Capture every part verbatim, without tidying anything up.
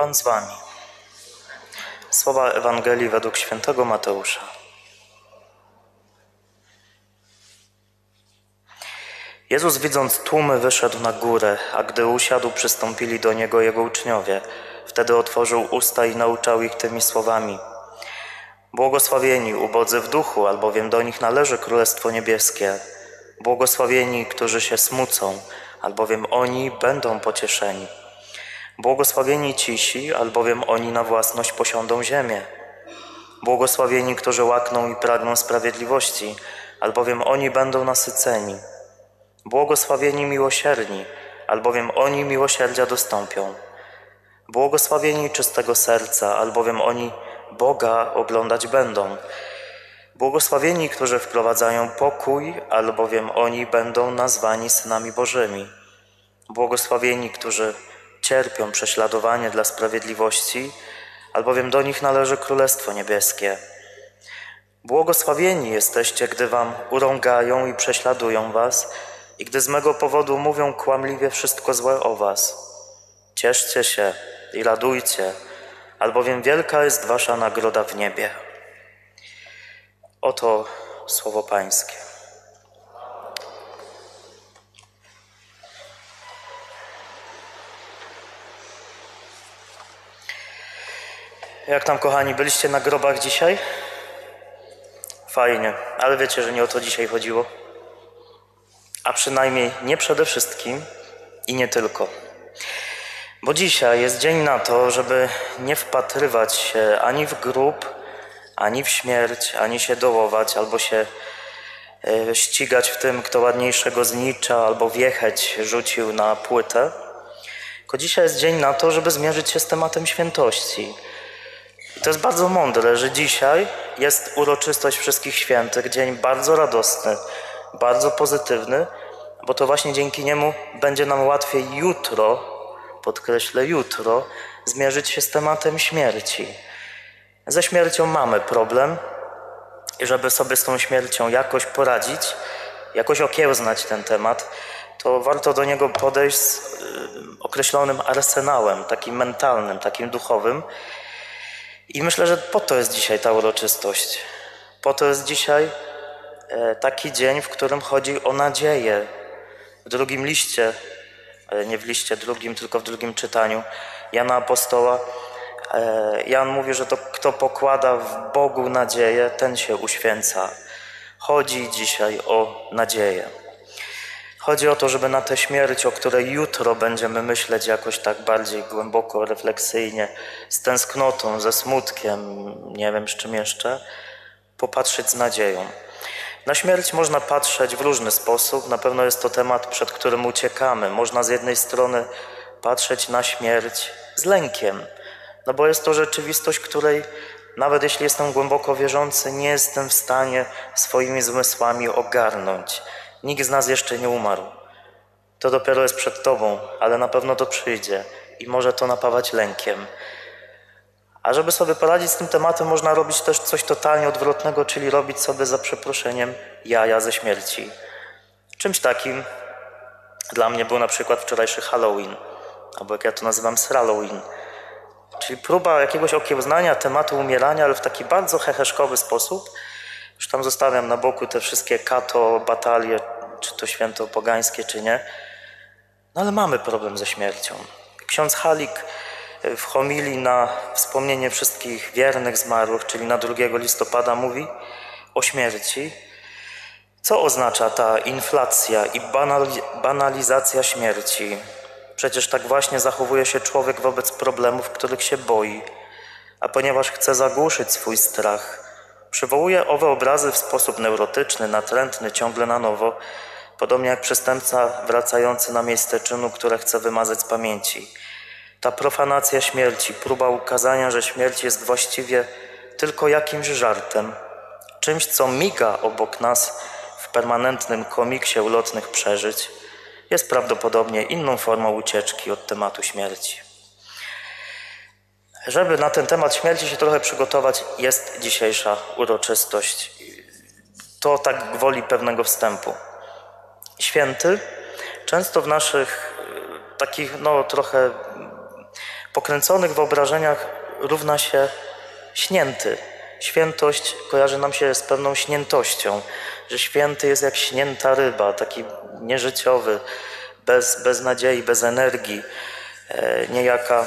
Pan z wami. Słowa Ewangelii według świętego Mateusza. Jezus, widząc tłumy, wyszedł na górę, a gdy usiadł, przystąpili do Niego Jego uczniowie. Wtedy otworzył usta i nauczał ich tymi słowami. Błogosławieni ubodzy w duchu, albowiem do nich należy Królestwo Niebieskie. Błogosławieni, którzy się smucą, albowiem oni będą pocieszeni. Błogosławieni cisi, albowiem oni na własność posiądą ziemię. Błogosławieni, którzy łakną i pragną sprawiedliwości, albowiem oni będą nasyceni. Błogosławieni miłosierni, albowiem oni miłosierdzia dostąpią. Błogosławieni czystego serca, albowiem oni Boga oglądać będą. Błogosławieni, którzy wprowadzają pokój, albowiem oni będą nazwani synami Bożymi. Błogosławieni, którzy cierpią prześladowanie dla sprawiedliwości, albowiem do nich należy Królestwo Niebieskie. Błogosławieni jesteście, gdy wam urągają i prześladują was i gdy z mego powodu mówią kłamliwie wszystko złe o was. Cieszcie się i radujcie, albowiem wielka jest wasza nagroda w niebie. Oto słowo Pańskie. Jak tam, kochani, byliście na grobach dzisiaj? Fajnie, ale wiecie, że nie o to dzisiaj chodziło. A przynajmniej nie przede wszystkim i nie tylko. Bo dzisiaj jest dzień na to, żeby nie wpatrywać się ani w grób, ani w śmierć, ani się dołować, albo się y, ścigać w tym, kto ładniejszego znicza, albo wiecheć rzucił na płytę. Tylko dzisiaj jest dzień na to, żeby zmierzyć się z tematem świętości. I to jest bardzo mądre, że dzisiaj jest uroczystość Wszystkich Świętych, dzień bardzo radosny, bardzo pozytywny, bo to właśnie dzięki niemu będzie nam łatwiej jutro, podkreślę jutro, zmierzyć się z tematem śmierci. Ze śmiercią mamy problem i żeby sobie z tą śmiercią jakoś poradzić, jakoś okiełznać ten temat, to warto do niego podejść z określonym arsenałem, takim mentalnym, takim duchowym. I myślę, że po to jest dzisiaj ta uroczystość. Po to jest dzisiaj taki dzień, w którym chodzi o nadzieję. W drugim liście, nie w liście drugim, tylko w drugim czytaniu Jana Apostoła, Jan mówi, że to kto pokłada w Bogu nadzieję, ten się uświęca. Chodzi dzisiaj o nadzieję. Chodzi o to, żeby na tę śmierć, o której jutro będziemy myśleć jakoś tak bardziej głęboko, refleksyjnie, z tęsknotą, ze smutkiem, nie wiem z czym jeszcze, popatrzeć z nadzieją. Na śmierć można patrzeć w różny sposób. Na pewno jest to temat, przed którym uciekamy. Można z jednej strony patrzeć na śmierć z lękiem, no bo jest to rzeczywistość, której nawet jeśli jestem głęboko wierzący, nie jestem w stanie swoimi zmysłami ogarnąć. Nikt z nas jeszcze nie umarł. To dopiero jest przed tobą, ale na pewno to przyjdzie i może to napawać lękiem. A żeby sobie poradzić z tym tematem, można robić też coś totalnie odwrotnego, czyli robić sobie za przeproszeniem jaja ze śmierci. Czymś takim dla mnie był na przykład wczorajszy Halloween, albo jak ja to nazywam Sralloween. Czyli próba jakiegoś okiełznania tematu umierania, ale w taki bardzo heheszkowy sposób. Już tam zostawiam na boku te wszystkie kato, batalie, czy to święto pogańskie, czy nie. No ale mamy problem ze śmiercią. Ksiądz Halik w homilii na wspomnienie wszystkich wiernych zmarłych, czyli na drugiego listopada, mówi o śmierci. Co oznacza ta inflacja i banalizacja śmierci? Przecież tak właśnie zachowuje się człowiek wobec problemów, których się boi, a ponieważ chce zagłuszyć swój strach, przywołuje owe obrazy w sposób neurotyczny, natrętny, ciągle na nowo, podobnie jak przestępca wracający na miejsce czynu, które chce wymazać z pamięci. Ta profanacja śmierci, próba ukazania, że śmierć jest właściwie tylko jakimś żartem, czymś, co miga obok nas w permanentnym komiksie ulotnych przeżyć, jest prawdopodobnie inną formą ucieczki od tematu śmierci. Żeby na ten temat śmierci się trochę przygotować, jest dzisiejsza uroczystość. To tak gwoli pewnego wstępu. Święty często w naszych takich, no trochę pokręconych wyobrażeniach równa się śnięty. Świętość kojarzy nam się z pewną śniętością, że święty jest jak śnięta ryba, taki nieżyciowy, bez, bez nadziei, bez energii. E, niejaka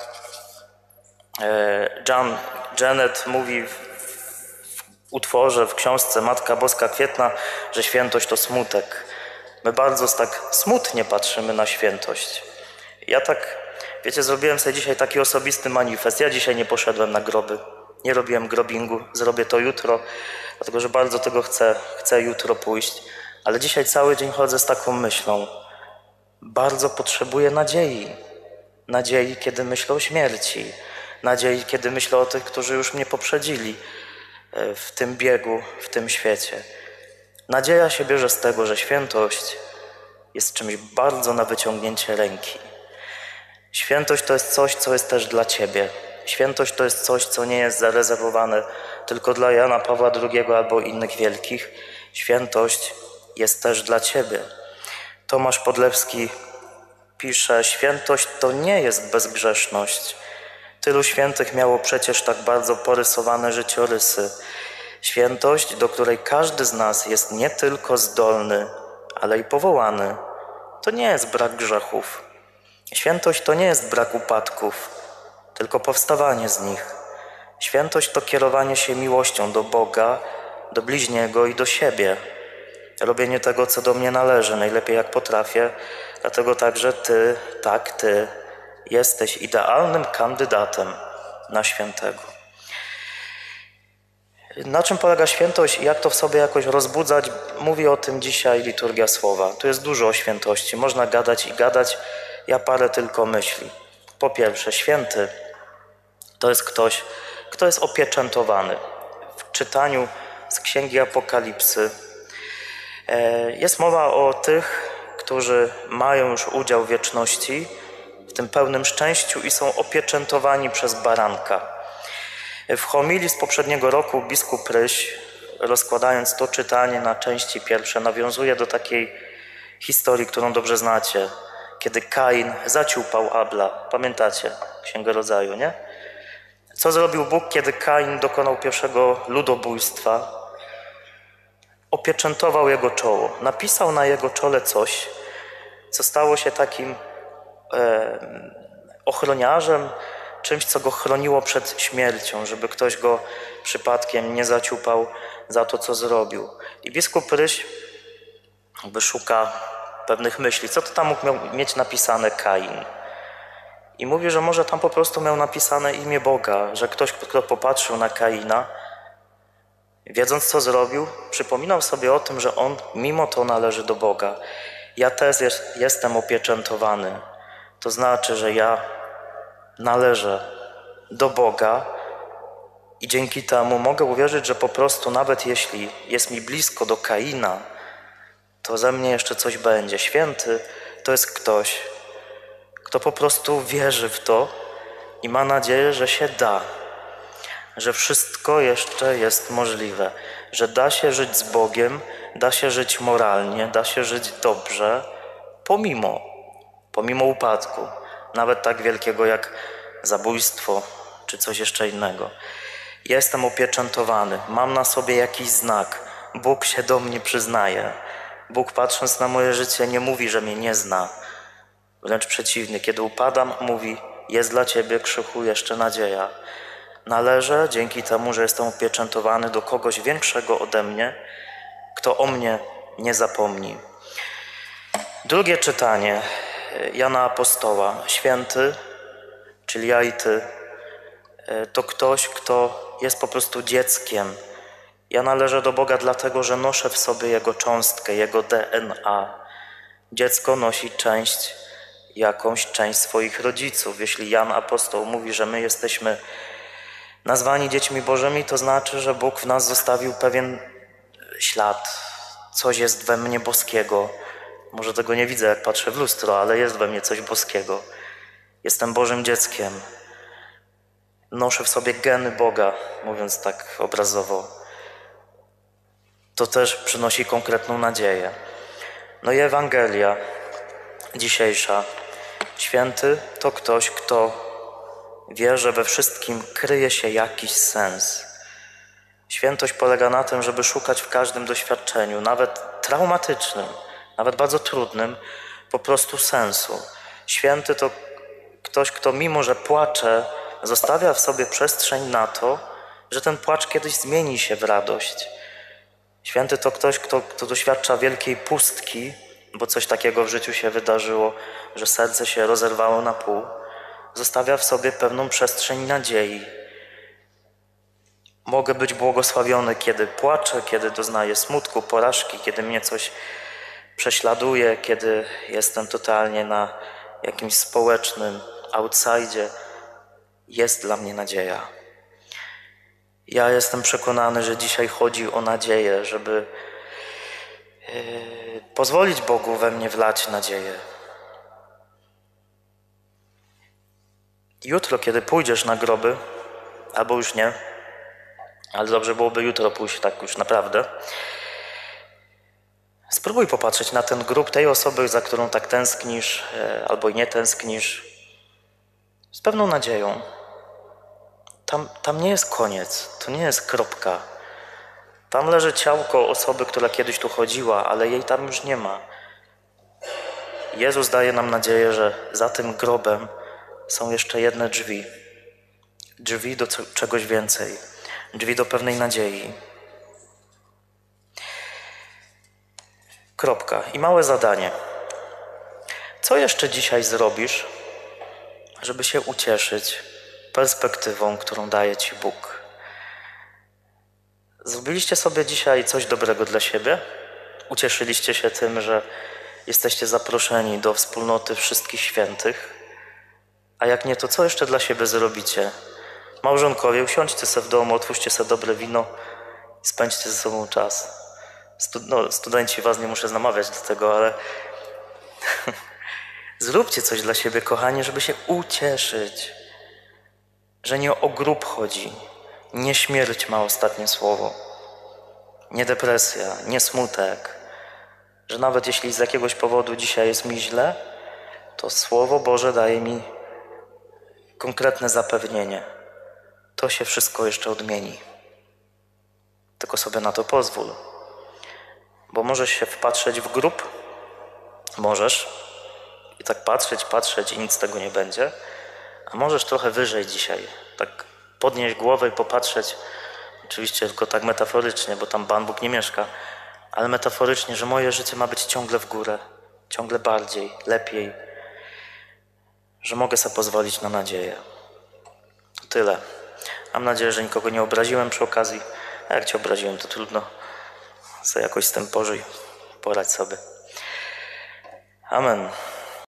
e, Jan, Janet mówi w, w utworze, w książce Matka Boska Kwietna, że świętość to smutek. My bardzo tak smutnie patrzymy na świętość. Ja tak, wiecie, zrobiłem sobie dzisiaj taki osobisty manifest. Ja dzisiaj nie poszedłem na groby. Nie robiłem grobingu, zrobię to jutro, dlatego że bardzo tego chcę, chcę jutro pójść. Ale dzisiaj cały dzień chodzę z taką myślą. Bardzo potrzebuję nadziei. Nadziei, kiedy myślę o śmierci. Nadziei, kiedy myślę o tych, którzy już mnie poprzedzili w tym biegu, w tym świecie. Nadzieja się bierze z tego, że świętość jest czymś bardzo na wyciągnięcie ręki. Świętość to jest coś, co jest też dla Ciebie. Świętość to jest coś, co nie jest zarezerwowane tylko dla Jana Pawła drugiego albo innych wielkich. Świętość jest też dla Ciebie. Tomasz Podlewski pisze, świętość to nie jest bezgrzeszność. Tylu świętych miało przecież tak bardzo porysowane życiorysy. Świętość, do której każdy z nas jest nie tylko zdolny, ale i powołany. To nie jest brak grzechów. Świętość to nie jest brak upadków, tylko powstawanie z nich. Świętość to kierowanie się miłością do Boga, do bliźniego i do siebie. Robienie tego, co do mnie należy, najlepiej jak potrafię, dlatego także Ty, tak Ty, jesteś idealnym kandydatem na świętego. Na czym polega świętość i jak to w sobie jakoś rozbudzać? Mówi o tym dzisiaj liturgia słowa. Tu jest dużo o świętości, można gadać i gadać, ja parę tylko myśli. Po pierwsze, święty to jest ktoś, kto jest opieczętowany. W czytaniu z Księgi Apokalipsy jest mowa o tych, którzy mają już udział w wieczności, w tym pełnym szczęściu i są opieczętowani przez baranka. W homilii z poprzedniego roku biskup Ryś, rozkładając to czytanie na części pierwsze, nawiązuje do takiej historii, którą dobrze znacie, kiedy Kain zaciupał Abla. Pamiętacie Księgę Rodzaju, nie? Co zrobił Bóg, kiedy Kain dokonał pierwszego ludobójstwa? Opieczętował jego czoło. Napisał na jego czole coś, co stało się takim e, ochroniarzem, czymś, co go chroniło przed śmiercią, żeby ktoś go przypadkiem nie zaciupał za to, co zrobił. I biskup Ryś jakby szuka pewnych myśli. Co to tam mógł miał mieć napisane Kain? I mówi, że może tam po prostu miał napisane imię Boga, że ktoś, kto popatrzył na Kaina, wiedząc, co zrobił, przypominał sobie o tym, że on mimo to należy do Boga. Ja też jest, jestem opieczętowany. To znaczy, że ja należę do Boga i dzięki temu mogę uwierzyć, że po prostu nawet jeśli jest mi blisko do Kaina, to ze mnie jeszcze coś będzie. Święty to jest ktoś, kto po prostu wierzy w to i ma nadzieję, że się da, że wszystko jeszcze jest możliwe, że da się żyć z Bogiem, da się żyć moralnie, da się żyć dobrze, pomimo, pomimo upadku, nawet tak wielkiego jak zabójstwo czy coś jeszcze innego. Jestem opieczętowany, mam na sobie jakiś znak, Bóg się do mnie przyznaje. Bóg, patrząc na moje życie, nie mówi, że mnie nie zna. Wręcz przeciwnie, kiedy upadam, mówi, jest dla Ciebie, Krzychu, jeszcze nadzieja. Należę dzięki temu, że jestem opieczętowany do kogoś większego ode mnie, kto o mnie nie zapomni. Drugie czytanie Jana Apostoła. Święty, czyli ja i Ty, to ktoś, kto jest po prostu dzieckiem. Ja należę do Boga dlatego, że noszę w sobie Jego cząstkę, Jego D N A. Dziecko nosi część, jakąś część swoich rodziców. Jeśli Jan Apostoł mówi, że my jesteśmy nazwani dziećmi Bożymi, to znaczy, że Bóg w nas zostawił pewien ślad. Coś jest we mnie boskiego. Może tego nie widzę, jak patrzę w lustro, ale jest we mnie coś boskiego. Jestem Bożym dzieckiem. Noszę w sobie geny Boga, mówiąc tak obrazowo. To też przynosi konkretną nadzieję. No i Ewangelia dzisiejsza. Święty to ktoś, kto wie, że we wszystkim kryje się jakiś sens. Świętość polega na tym, żeby szukać w każdym doświadczeniu, nawet traumatycznym, nawet bardzo trudnym, po prostu sensu. Święty to ktoś, kto mimo, że płacze, zostawia w sobie przestrzeń na to, że ten płacz kiedyś zmieni się w radość. Święty to ktoś, kto, kto doświadcza wielkiej pustki, bo coś takiego w życiu się wydarzyło, że serce się rozerwało na pół. Zostawia w sobie pewną przestrzeń nadziei. Mogę być błogosławiony, kiedy płaczę, kiedy doznaję smutku, porażki, kiedy mnie coś prześladuje, kiedy jestem totalnie na jakimś społecznym outsidzie. Jest dla mnie nadzieja. Ja jestem przekonany, że dzisiaj chodzi o nadzieję, żeby yy, pozwolić Bogu we mnie wlać nadzieję. Jutro, kiedy pójdziesz na groby, albo już nie, ale dobrze byłoby jutro pójść tak już naprawdę, spróbuj popatrzeć na ten grób tej osoby, za którą tak tęsknisz, albo i nie tęsknisz, z pewną nadzieją. Tam, tam nie jest koniec, to nie jest kropka. Tam leży ciałko osoby, która kiedyś tu chodziła, ale jej tam już nie ma. Jezus daje nam nadzieję, że za tym grobem są jeszcze jedne drzwi. Drzwi do czegoś więcej. Drzwi do pewnej nadziei. Kropka. I małe zadanie. Co jeszcze dzisiaj zrobisz, żeby się ucieszyć perspektywą, którą daje Ci Bóg? Zrobiliście sobie dzisiaj coś dobrego dla siebie? Ucieszyliście się tym, że jesteście zaproszeni do wspólnoty wszystkich świętych? A jak nie, to co jeszcze dla siebie zrobicie? Małżonkowie, usiądźcie sobie w domu, otwórzcie sobie dobre wino i spędźcie ze sobą czas. Stud no, studenci, was nie muszę namawiać do tego, ale zróbcie coś dla siebie, kochani, żeby się ucieszyć. Że nie o grób chodzi, nie śmierć ma ostatnie słowo, nie depresja, nie smutek. Że nawet jeśli z jakiegoś powodu dzisiaj jest mi źle, to Słowo Boże daje mi konkretne zapewnienie. To się wszystko jeszcze odmieni. Tylko sobie na to pozwól. Bo możesz się wpatrzeć w grób, możesz i tak patrzeć, patrzeć i nic z tego nie będzie, a możesz trochę wyżej dzisiaj, tak podnieść głowę i popatrzeć, oczywiście tylko tak metaforycznie, bo tam Pan Bóg nie mieszka, ale metaforycznie, że moje życie ma być ciągle w górę, ciągle bardziej, lepiej, że mogę sobie pozwolić na nadzieję. Tyle. Mam nadzieję, że nikogo nie obraziłem przy okazji. A jak Cię obraziłem, to trudno. Sobie jakoś z tym pożyj. Poradź sobie. Amen.